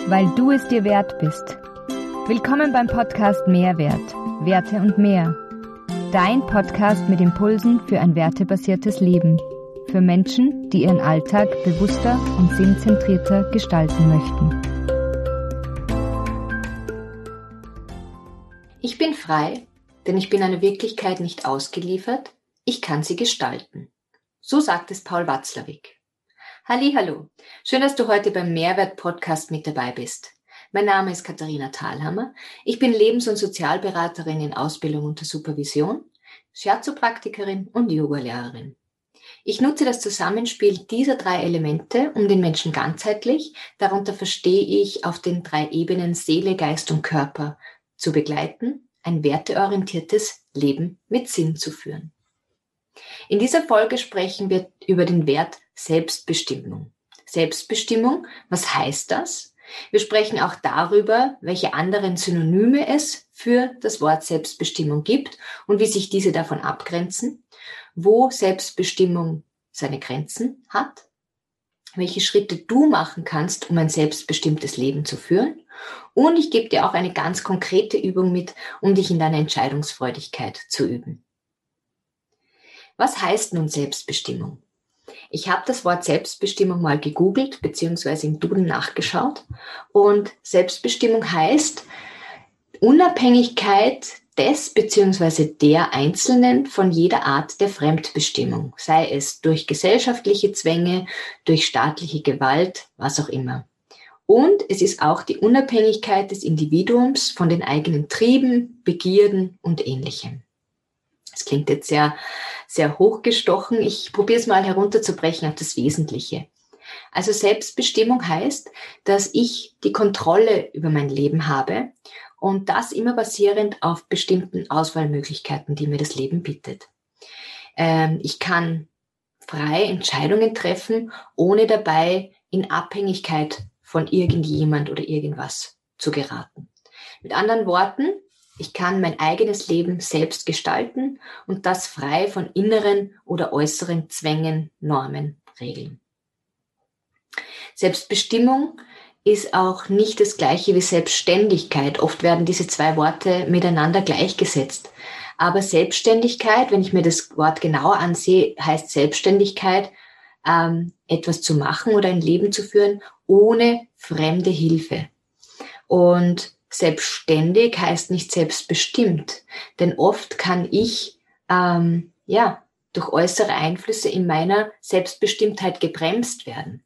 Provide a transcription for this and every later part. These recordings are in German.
weil du es dir wert bist. Willkommen beim Podcast Mehrwert, Werte und mehr. Dein Podcast mit Impulsen für ein wertebasiertes Leben. Für Menschen, die ihren Alltag bewusster und sinnzentrierter gestalten möchten. Ich bin frei, denn ich bin einer Wirklichkeit nicht ausgeliefert. Ich kann sie gestalten. So sagt es Paul Watzlawick. Hallihallo, schön, dass du heute beim Mehrwert-Podcast mit dabei bist. Mein Name ist Katharina Thalhammer. Ich bin Lebens- und Sozialberaterin in Ausbildung unter Supervision, Shiatsu-Praktikerin und Yoga-Lehrerin. Ich nutze das Zusammenspiel dieser 3 Elemente, um den Menschen ganzheitlich, darunter verstehe ich auf den 3 Ebenen Seele, Geist und Körper, zu begleiten, ein werteorientiertes Leben mit Sinn zu führen. In dieser Folge sprechen wir über den Wert Selbstbestimmung. Selbstbestimmung, was heißt das? Wir sprechen auch darüber, welche anderen Synonyme es für das Wort Selbstbestimmung gibt und wie sich diese davon abgrenzen, wo Selbstbestimmung seine Grenzen hat, welche Schritte du machen kannst, um ein selbstbestimmtes Leben zu führen. Und ich gebe dir auch eine ganz konkrete Übung mit, um dich in deiner Entscheidungsfreudigkeit zu üben. Was heißt nun Selbstbestimmung? Ich habe das Wort Selbstbestimmung mal gegoogelt bzw. im Duden nachgeschaut und Selbstbestimmung heißt Unabhängigkeit des bzw. der Einzelnen von jeder Art der Fremdbestimmung, sei es durch gesellschaftliche Zwänge, durch staatliche Gewalt, was auch immer. Und es ist auch die Unabhängigkeit des Individuums von den eigenen Trieben, Begierden und Ähnlichem. Das klingt jetzt sehr, sehr hochgestochen. Ich probiere es mal herunterzubrechen auf das Wesentliche. Also Selbstbestimmung heißt, dass ich die Kontrolle über mein Leben habe und das immer basierend auf bestimmten Auswahlmöglichkeiten, die mir das Leben bietet. Ich kann frei Entscheidungen treffen, ohne dabei in Abhängigkeit von irgendjemand oder irgendwas zu geraten. Mit anderen Worten, ich kann mein eigenes Leben selbst gestalten und das frei von inneren oder äußeren Zwängen, Normen, Regeln. Selbstbestimmung ist auch nicht das Gleiche wie Selbstständigkeit. Oft werden diese 2 Worte miteinander gleichgesetzt. Aber Selbstständigkeit, wenn ich mir das Wort genauer ansehe, heißt Selbstständigkeit, etwas zu machen oder ein Leben zu führen ohne fremde Hilfe. Und selbstständig heißt nicht selbstbestimmt, denn oft kann ich durch äußere Einflüsse in meiner Selbstbestimmtheit gebremst werden.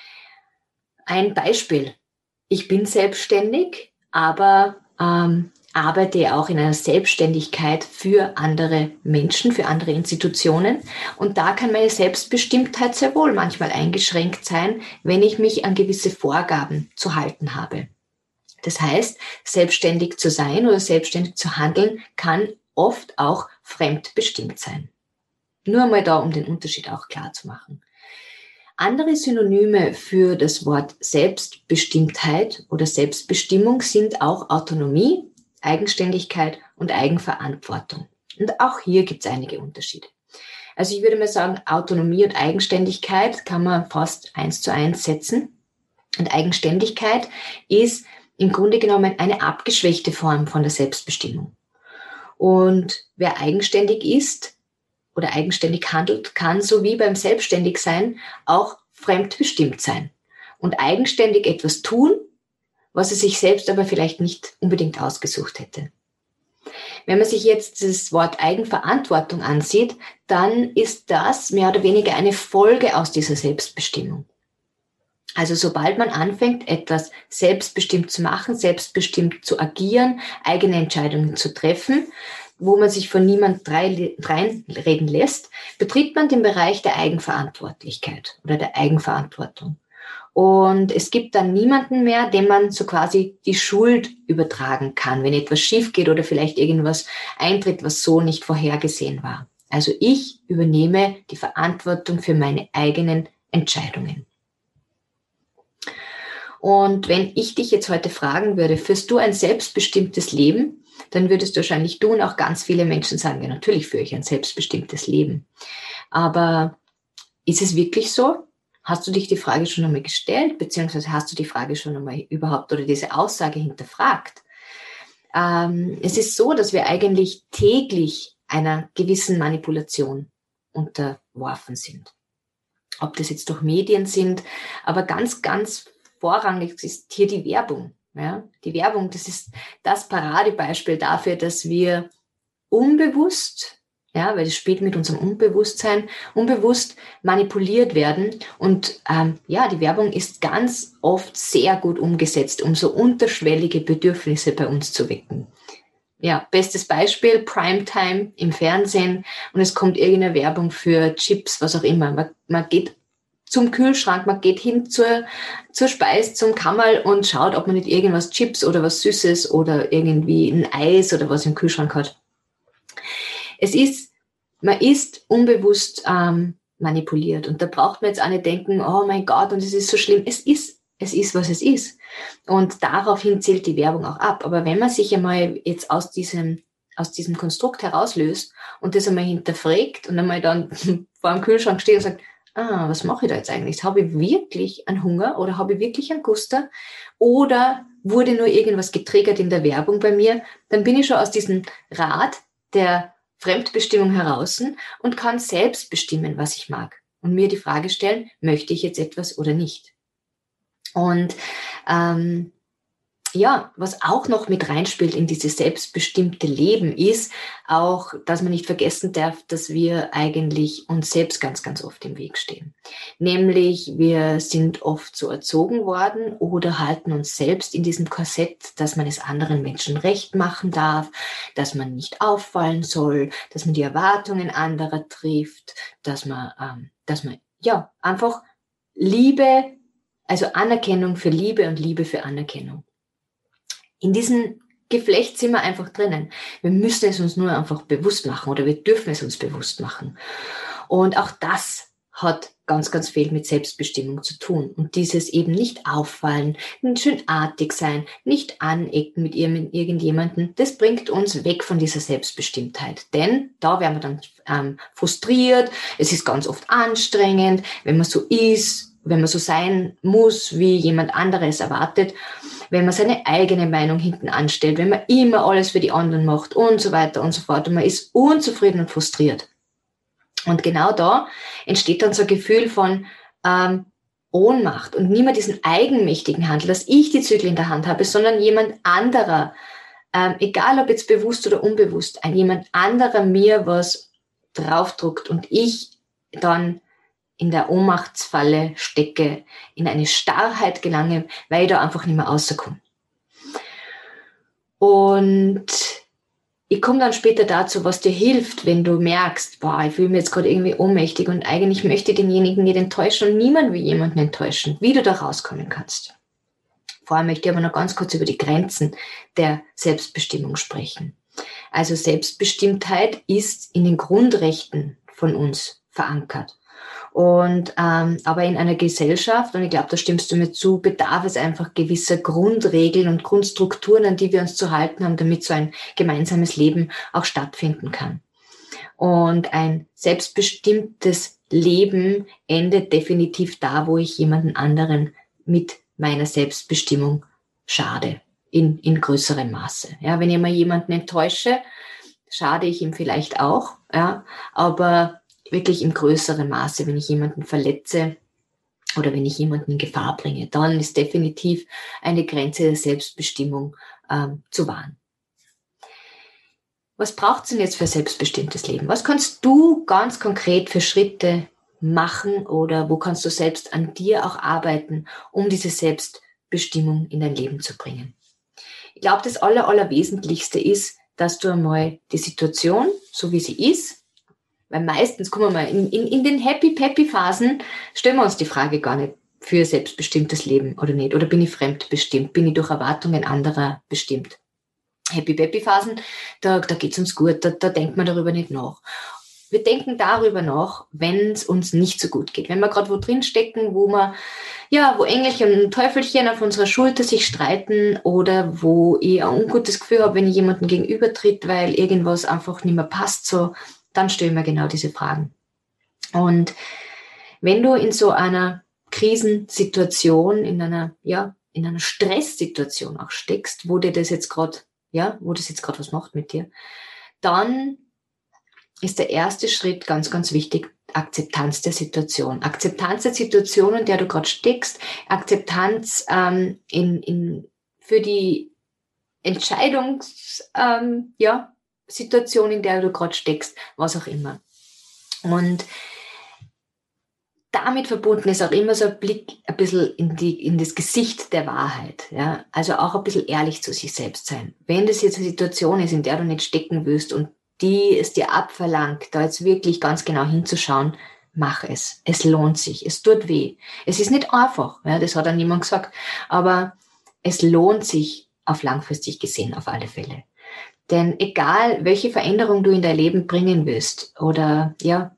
Ein Beispiel. Ich bin selbstständig, aber arbeite auch in einer Selbstständigkeit für andere Menschen, für andere Institutionen. Und da kann meine Selbstbestimmtheit sehr wohl manchmal eingeschränkt sein, wenn ich mich an gewisse Vorgaben zu halten habe. Das heißt, selbstständig zu sein oder selbstständig zu handeln, kann oft auch fremdbestimmt sein. Nur einmal da, um den Unterschied auch klar zu machen. Andere Synonyme für das Wort Selbstbestimmtheit oder Selbstbestimmung sind auch Autonomie, Eigenständigkeit und Eigenverantwortung. Und auch hier gibt es einige Unterschiede. Also ich würde mal sagen, Autonomie und Eigenständigkeit kann man fast 1:1 setzen. Und Eigenständigkeit ist im Grunde genommen eine abgeschwächte Form von der Selbstbestimmung. Und wer eigenständig ist oder eigenständig handelt, kann, so wie beim Selbstständigsein, auch fremdbestimmt sein und eigenständig etwas tun, was er sich selbst aber vielleicht nicht unbedingt ausgesucht hätte. Wenn man sich jetzt das Wort Eigenverantwortung ansieht, dann ist das mehr oder weniger eine Folge aus dieser Selbstbestimmung. Also sobald man anfängt, etwas selbstbestimmt zu machen, selbstbestimmt zu agieren, eigene Entscheidungen zu treffen, wo man sich von niemand reinreden lässt, betritt man den Bereich der Eigenverantwortlichkeit oder der Eigenverantwortung. Und es gibt dann niemanden mehr, dem man so quasi die Schuld übertragen kann, wenn etwas schief geht oder vielleicht irgendwas eintritt, was so nicht vorhergesehen war. Also ich übernehme die Verantwortung für meine eigenen Entscheidungen. Und wenn ich dich jetzt heute fragen würde, führst du ein selbstbestimmtes Leben, dann würdest wahrscheinlich du und auch ganz viele Menschen sagen, ja, natürlich führe ich ein selbstbestimmtes Leben. Aber ist es wirklich so? Hast du dich die Frage schon einmal gestellt, beziehungsweise hast du die Frage schon einmal überhaupt oder diese Aussage hinterfragt? Es ist so, dass wir eigentlich täglich einer gewissen Manipulation unterworfen sind. Ob das jetzt durch Medien sind, aber ganz, ganz vorrangig ist hier die Werbung. Ja? Die Werbung, das ist das Paradebeispiel dafür, dass wir unbewusst, ja, weil es spielt mit unserem Unbewusstsein, unbewusst manipuliert werden. Und die Werbung ist ganz oft sehr gut umgesetzt, um so unterschwellige Bedürfnisse bei uns zu wecken. Ja, bestes Beispiel, Primetime im Fernsehen und es kommt irgendeine Werbung für Chips, was auch immer. Man geht zum Kühlschrank, man geht hin zur Speis, zum Kammerl und schaut, ob man nicht irgendwas Chips oder was Süßes oder irgendwie ein Eis oder was im Kühlschrank hat. Man ist unbewusst manipuliert und da braucht man jetzt auch nicht denken, oh mein Gott, und es ist so schlimm. Es ist, was es ist. Und daraufhin zählt die Werbung auch ab. Aber wenn man sich einmal jetzt aus diesem Konstrukt herauslöst und das einmal hinterfragt und einmal dann vor dem Kühlschrank steht und sagt, was mache ich da jetzt eigentlich? Habe ich wirklich einen Hunger oder habe ich wirklich einen Guster? Oder wurde nur irgendwas getriggert in der Werbung bei mir? Dann bin ich schon aus diesem Rad der Fremdbestimmung heraus und kann selbst bestimmen, was ich mag. Und mir die Frage stellen, möchte ich jetzt etwas oder nicht? Und was auch noch mit reinspielt in dieses selbstbestimmte Leben ist auch, dass man nicht vergessen darf, dass wir eigentlich uns selbst ganz, ganz oft im Weg stehen. Nämlich wir sind oft so erzogen worden oder halten uns selbst in diesem Korsett, dass man es anderen Menschen recht machen darf, dass man nicht auffallen soll, dass man die Erwartungen anderer trifft, dass man einfach Liebe, also Anerkennung für Liebe und Liebe für Anerkennung. In diesem Geflecht sind wir einfach drinnen. Wir müssen es uns nur einfach bewusst machen oder wir dürfen es uns bewusst machen. Und auch das hat ganz, ganz viel mit Selbstbestimmung zu tun. Und dieses eben nicht auffallen, nicht schönartig sein, nicht anecken mit irgendjemandem, das bringt uns weg von dieser Selbstbestimmtheit. Denn da werden wir dann frustriert, es ist ganz oft anstrengend, wenn man so ist, wenn man so sein muss, wie jemand anderes erwartet, wenn man seine eigene Meinung hinten anstellt, wenn man immer alles für die anderen macht und so weiter und so fort und man ist unzufrieden und frustriert. Und genau da entsteht dann so ein Gefühl von Ohnmacht und nicht mehr diesen eigenmächtigen Handel, dass ich die Zügel in der Hand habe, sondern jemand anderer, egal ob jetzt bewusst oder unbewusst, jemand anderer mir was draufdruckt und ich dann in der Ohnmachtsfalle stecke, in eine Starrheit gelange, weil ich da einfach nicht mehr rauskomme. Und ich komme dann später dazu, was dir hilft, wenn du merkst, ich fühle mich jetzt gerade irgendwie ohnmächtig und eigentlich möchte ich denjenigen nicht enttäuschen und niemand will jemanden enttäuschen, wie du da rauskommen kannst. Vorher möchte ich aber noch ganz kurz über die Grenzen der Selbstbestimmung sprechen. Also Selbstbestimmtheit ist in den Grundrechten von uns verankert. Und aber in einer Gesellschaft, und ich glaube, da stimmst du mir zu, bedarf es einfach gewisser Grundregeln und Grundstrukturen, an die wir uns zu halten haben, damit so ein gemeinsames Leben auch stattfinden kann. Und ein selbstbestimmtes Leben endet definitiv da, wo ich jemanden anderen mit meiner Selbstbestimmung schade, in größerem Maße. Ja, wenn ich mal jemanden enttäusche, schade ich ihm vielleicht auch, ja, aber wirklich im größeren Maße, wenn ich jemanden verletze oder wenn ich jemanden in Gefahr bringe, dann ist definitiv eine Grenze der Selbstbestimmung zu wahren. Was braucht es denn jetzt für ein selbstbestimmtes Leben? Was kannst du ganz konkret für Schritte machen oder wo kannst du selbst an dir auch arbeiten, um diese Selbstbestimmung in dein Leben zu bringen? Ich glaube, das Allerwesentlichste ist, dass du einmal die Situation, so wie sie ist, weil meistens, guck mal, in den Happy-Peppy-Phasen stellen wir uns die Frage gar nicht für selbstbestimmtes Leben oder nicht. Oder bin ich fremdbestimmt? Bin ich durch Erwartungen anderer bestimmt? Happy-Peppy-Phasen, da geht's uns gut, da denkt man darüber nicht nach. Wir denken darüber nach, wenn es uns nicht so gut geht. Wenn wir gerade wo drin stecken, wo Engelchen und Teufelchen auf unserer Schulter sich streiten oder wo ich ein ungutes Gefühl habe, wenn ich jemandem gegenübertritt, weil irgendwas einfach nicht mehr passt, so, dann stellen wir genau diese Fragen. Und wenn du in so einer Krisensituation, in einer Stresssituation auch steckst, wo das jetzt gerade was macht mit dir, dann ist der erste Schritt ganz, ganz wichtig, Akzeptanz der Situation. Akzeptanz der Situation, in der du gerade steckst, Akzeptanz für die Situation, in der du gerade steckst, was auch immer. Und damit verbunden ist auch immer so ein Blick ein bisschen in das Gesicht der Wahrheit. Ja? Also auch ein bisschen ehrlich zu sich selbst sein. Wenn das jetzt eine Situation ist, in der du nicht stecken willst und die es dir abverlangt, da jetzt wirklich ganz genau hinzuschauen, mach es. Es lohnt sich. Es tut weh. Es ist nicht einfach, ja, das hat auch niemand gesagt, aber es lohnt sich auf langfristig gesehen auf alle Fälle. Denn egal, welche Veränderung du in dein Leben bringen willst oder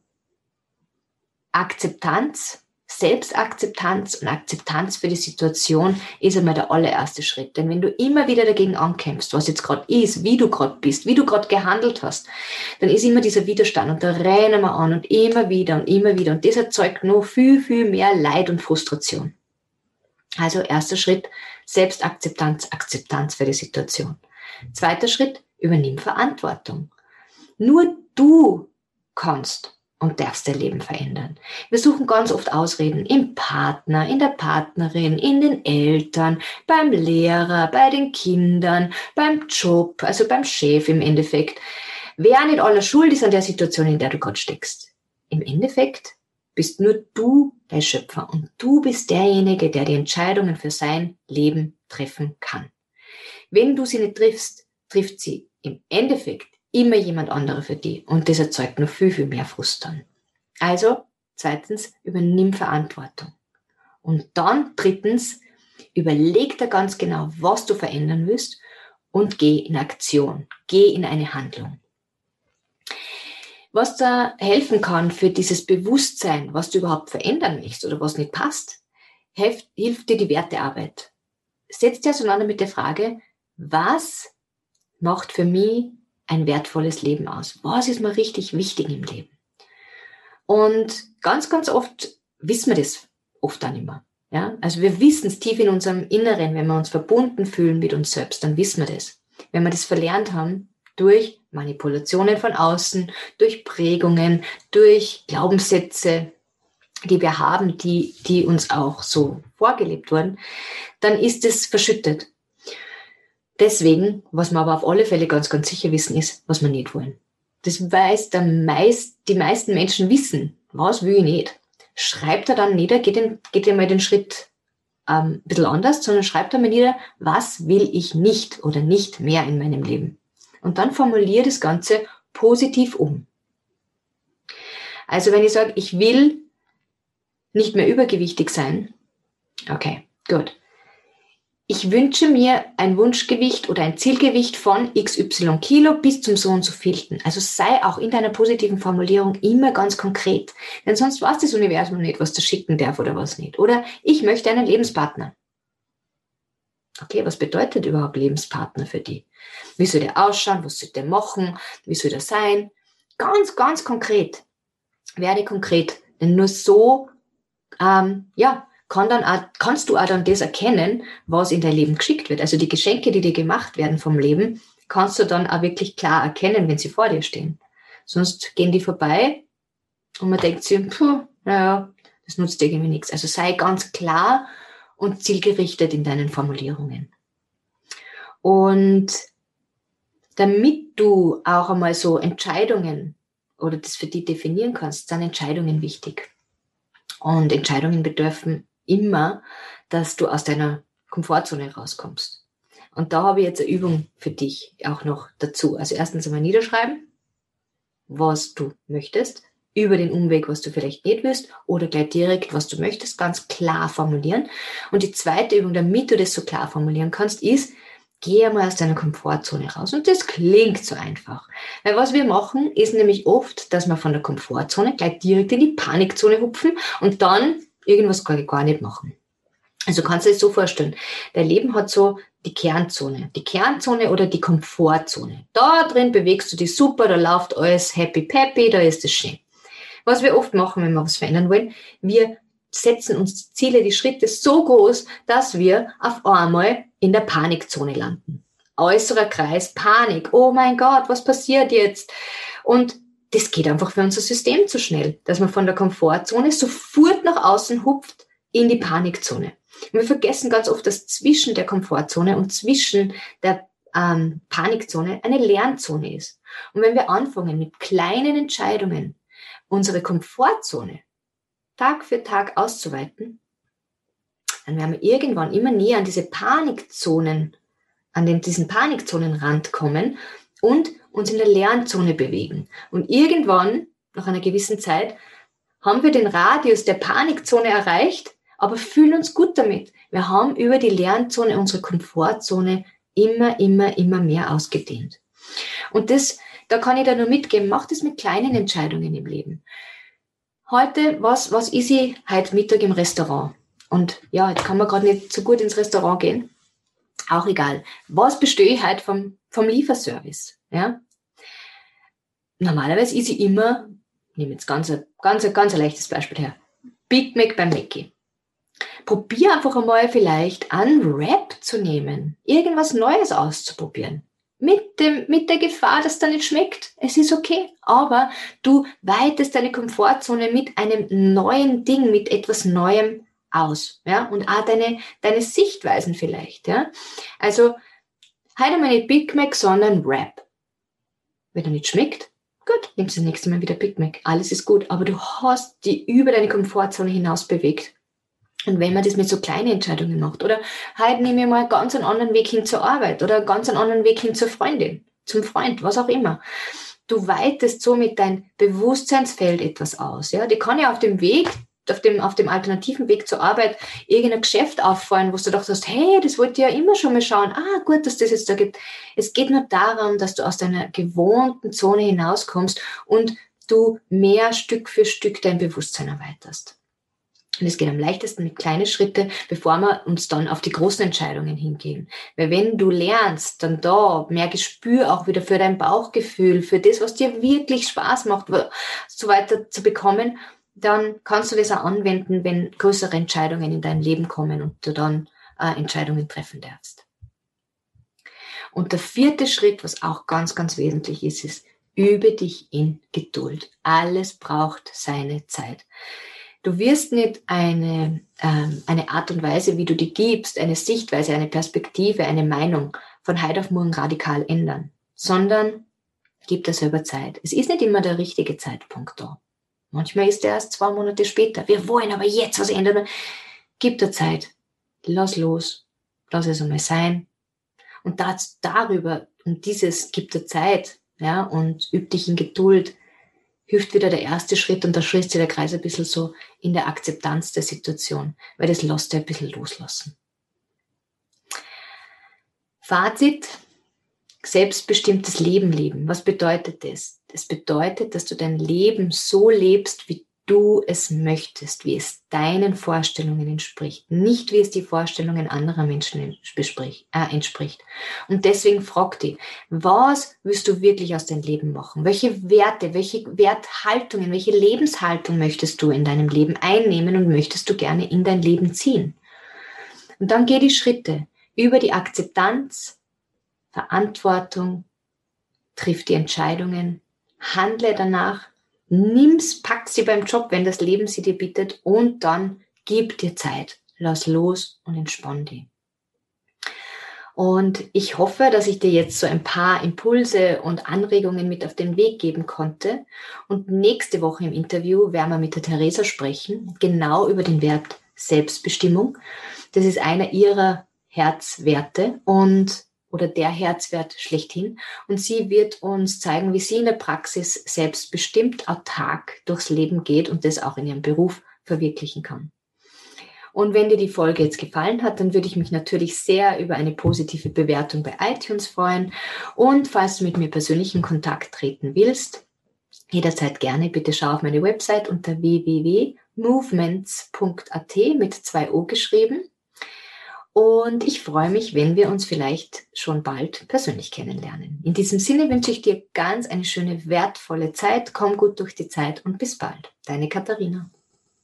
Akzeptanz, Selbstakzeptanz und Akzeptanz für die Situation ist einmal der allererste Schritt. Denn wenn du immer wieder dagegen ankämpfst, was jetzt gerade ist, wie du gerade bist, wie du gerade gehandelt hast, dann ist immer dieser Widerstand und da rennen wir an und immer wieder und immer wieder. Und das erzeugt noch viel, viel mehr Leid und Frustration. Also erster Schritt, Selbstakzeptanz, Akzeptanz für die Situation. Zweiter Schritt, übernimm Verantwortung. Nur du kannst und darfst dein Leben verändern. Wir suchen ganz oft Ausreden im Partner, in der Partnerin, in den Eltern, beim Lehrer, bei den Kindern, beim Job, also beim Chef im Endeffekt. Wer nicht aller schuld ist an der Situation, in der du gerade steckst. Im Endeffekt bist nur du dein Schöpfer und du bist derjenige, der die Entscheidungen für sein Leben treffen kann. Wenn du sie nicht triffst, trifft sie im Endeffekt immer jemand anderer für die und das erzeugt noch viel, viel mehr Frust dann. Also, zweitens, übernimm Verantwortung. Und dann drittens, überleg dir ganz genau, was du verändern willst und geh in Aktion, geh in eine Handlung. Was da helfen kann für dieses Bewusstsein, was du überhaupt verändern möchtest oder was nicht passt, hilft dir die Wertearbeit. Setz dich auseinander mit der Frage, was macht für mich ein wertvolles Leben aus? Was ist mir richtig wichtig im Leben? Und ganz, ganz oft wissen wir das oft dann immer. Ja? Also wir wissen es tief in unserem Inneren, wenn wir uns verbunden fühlen mit uns selbst, dann wissen wir das. Wenn wir das verlernt haben, durch Manipulationen von außen, durch Prägungen, durch Glaubenssätze, die wir haben, die uns auch so vorgelebt wurden, dann ist es verschüttet. Deswegen, was wir aber auf alle Fälle ganz, ganz sicher wissen, ist, was wir nicht wollen. Das weiß die meisten Menschen wissen, was will ich nicht. Schreibt er dann nieder, geht ihr mal den Schritt ein bisschen anders, sondern schreibt er mal nieder, was will ich nicht oder nicht mehr in meinem Leben. Und dann formuliere das Ganze positiv um. Also wenn ich sage, ich will nicht mehr übergewichtig sein, okay, gut. Ich wünsche mir ein Wunschgewicht oder ein Zielgewicht von XY Kilo bis zum so und so vielten. Also sei auch in deiner positiven Formulierung immer ganz konkret. Denn sonst weiß das Universum nicht, was du schicken darf oder was nicht. Oder ich möchte einen Lebenspartner. Okay, was bedeutet überhaupt Lebenspartner für dich? Wie soll der ausschauen? Was soll der machen? Wie soll der sein? Ganz, ganz konkret. Werde konkret. Denn nur so, kannst du auch dann das erkennen, was in dein Leben geschickt wird. Also die Geschenke, die dir gemacht werden vom Leben, kannst du dann auch wirklich klar erkennen, wenn sie vor dir stehen. Sonst gehen die vorbei und man denkt sich, das nutzt irgendwie nichts. Also sei ganz klar und zielgerichtet in deinen Formulierungen. Und damit du auch einmal so Entscheidungen oder das für dich definieren kannst, sind Entscheidungen wichtig. Und Entscheidungen bedürfen immer, dass du aus deiner Komfortzone rauskommst. Und da habe ich jetzt eine Übung für dich auch noch dazu. Also erstens einmal niederschreiben, was du möchtest, über den Umweg, was du vielleicht nicht willst, oder gleich direkt, was du möchtest, ganz klar formulieren. Und die zweite Übung, damit du das so klar formulieren kannst, ist, geh einmal aus deiner Komfortzone raus. Und das klingt so einfach. Weil was wir machen, ist nämlich oft, dass wir von der Komfortzone gleich direkt in die Panikzone hupfen und dann irgendwas gar nicht machen. Also kannst du dir das so vorstellen. Dein Leben hat so die Kernzone. Die Kernzone oder die Komfortzone. Da drin bewegst du dich super, da läuft alles happy peppy, da ist es schön. Was wir oft machen, wenn wir was verändern wollen, wir setzen uns die Ziele, die Schritte so groß, dass wir auf einmal in der Panikzone landen. Äußerer Kreis, Panik, oh mein Gott, was passiert jetzt? Und das geht einfach für unser System zu schnell, dass man von der Komfortzone sofort nach außen hupft in die Panikzone. Und wir vergessen ganz oft, dass zwischen der Komfortzone und zwischen der Panikzone eine Lernzone ist. Und wenn wir anfangen, mit kleinen Entscheidungen unsere Komfortzone Tag für Tag auszuweiten, dann werden wir irgendwann immer näher an diese Panikzonen, diesen Panikzonenrand kommen und uns in der Lernzone bewegen. Und irgendwann, nach einer gewissen Zeit, haben wir den Radius der Panikzone erreicht, aber fühlen uns gut damit. Wir haben über die Lernzone unsere Komfortzone immer mehr ausgedehnt. Und da kann ich da nur mitgeben, mach das mit kleinen Entscheidungen im Leben. Heute, was ist ich heute Mittag im Restaurant? Und ja, jetzt kann man gerade nicht so gut ins Restaurant gehen. Auch egal. Was bestehe ich heute vom Lieferservice? Ja? Normalerweise ist ich immer, ich nehme jetzt ganz ein leichtes Beispiel her, Big Mac beim Mackie. Probier einfach einmal vielleicht einen Wrap zu nehmen, irgendwas Neues auszuprobieren. Mit der Gefahr, dass es da nicht schmeckt. Es ist okay, aber du weitest deine Komfortzone mit einem neuen Ding, mit etwas Neuem aus, ja, und auch deine Sichtweisen vielleicht, ja. Also, heute mal nicht Big Mac, sondern Wrap. Wenn er nicht schmeckt, gut, nimmst du das nächste Mal wieder Big Mac. Alles ist gut, aber du hast die über deine Komfortzone hinaus bewegt. Und wenn man das mit so kleinen Entscheidungen macht, oder heute nehme ich mal ganz einen anderen Weg hin zur Arbeit oder ganz einen anderen Weg hin zur Freundin, zum Freund, was auch immer. Du weitest somit dein Bewusstseinsfeld etwas aus. Ja? Die kann ja auf dem Weg, auf dem alternativen Weg zur Arbeit irgendein Geschäft auffallen, wo du dachtest, hey, das wollte ich ja immer schon mal schauen. Ah, gut, dass das jetzt da gibt. Es geht nur darum, dass du aus deiner gewohnten Zone hinauskommst und du mehr Stück für Stück dein Bewusstsein erweiterst. Und es geht am leichtesten mit kleinen Schritten, bevor wir uns dann auf die großen Entscheidungen hingehen. Weil wenn du lernst, dann da mehr Gespür auch wieder für dein Bauchgefühl, für das, was dir wirklich Spaß macht, so weiter zu bekommen, dann kannst du das auch anwenden, wenn größere Entscheidungen in dein Leben kommen und du dann Entscheidungen treffen darfst. Und der 4. Schritt, was auch ganz, ganz wesentlich ist, übe dich in Geduld. Alles braucht seine Zeit. Du wirst nicht eine Art und Weise, wie du die gibst, eine Sichtweise, eine Perspektive, eine Meinung von heute auf morgen radikal ändern, sondern gib dir selber Zeit. Es ist nicht immer der richtige Zeitpunkt da. Manchmal ist er erst 2 Monate später. Wir wollen aber jetzt was ändern. Gib dir Zeit. Lass los. Lass es einmal sein. Und darüber, und dieses gib dir Zeit, ja, und üb dich in Geduld, hilft wieder der 1. Schritt und da schließt sich der Kreis ein bisschen so in der Akzeptanz der Situation, weil das lässt dir ein bisschen loslassen. Fazit, selbstbestimmtes Leben leben. Was bedeutet das? Das bedeutet, dass du dein Leben so lebst, wie du es möchtest, wie es deinen Vorstellungen entspricht, nicht wie es die Vorstellungen anderer Menschen entspricht. Und deswegen frag dich, was willst du wirklich aus deinem Leben machen? Welche Werte, welche Werthaltungen, welche Lebenshaltung möchtest du in deinem Leben einnehmen und möchtest du gerne in dein Leben ziehen? Und dann geh die Schritte über die Akzeptanz, Verantwortung, triff die Entscheidungen, handle danach, pack sie beim Job, wenn das Leben sie dir bietet und dann gib dir Zeit, lass los und entspann dich. Und ich hoffe, dass ich dir jetzt so ein paar Impulse und Anregungen mit auf den Weg geben konnte. Und nächste Woche im Interview werden wir mit der Theresa sprechen, genau über den Wert Selbstbestimmung. Das ist einer ihrer Herzwerte oder der Herzwert schlechthin. Und sie wird uns zeigen, wie sie in der Praxis selbstbestimmt, autark durchs Leben geht und das auch in ihrem Beruf verwirklichen kann. Und wenn dir die Folge jetzt gefallen hat, dann würde ich mich natürlich sehr über eine positive Bewertung bei iTunes freuen. Und falls du mit mir persönlich in Kontakt treten willst, jederzeit gerne, bitte schau auf meine Website unter www.movements.at mit 2 O geschrieben. Und ich freue mich, wenn wir uns vielleicht schon bald persönlich kennenlernen. In diesem Sinne wünsche ich dir ganz eine schöne, wertvolle Zeit. Komm gut durch die Zeit und bis bald. Deine Katharina.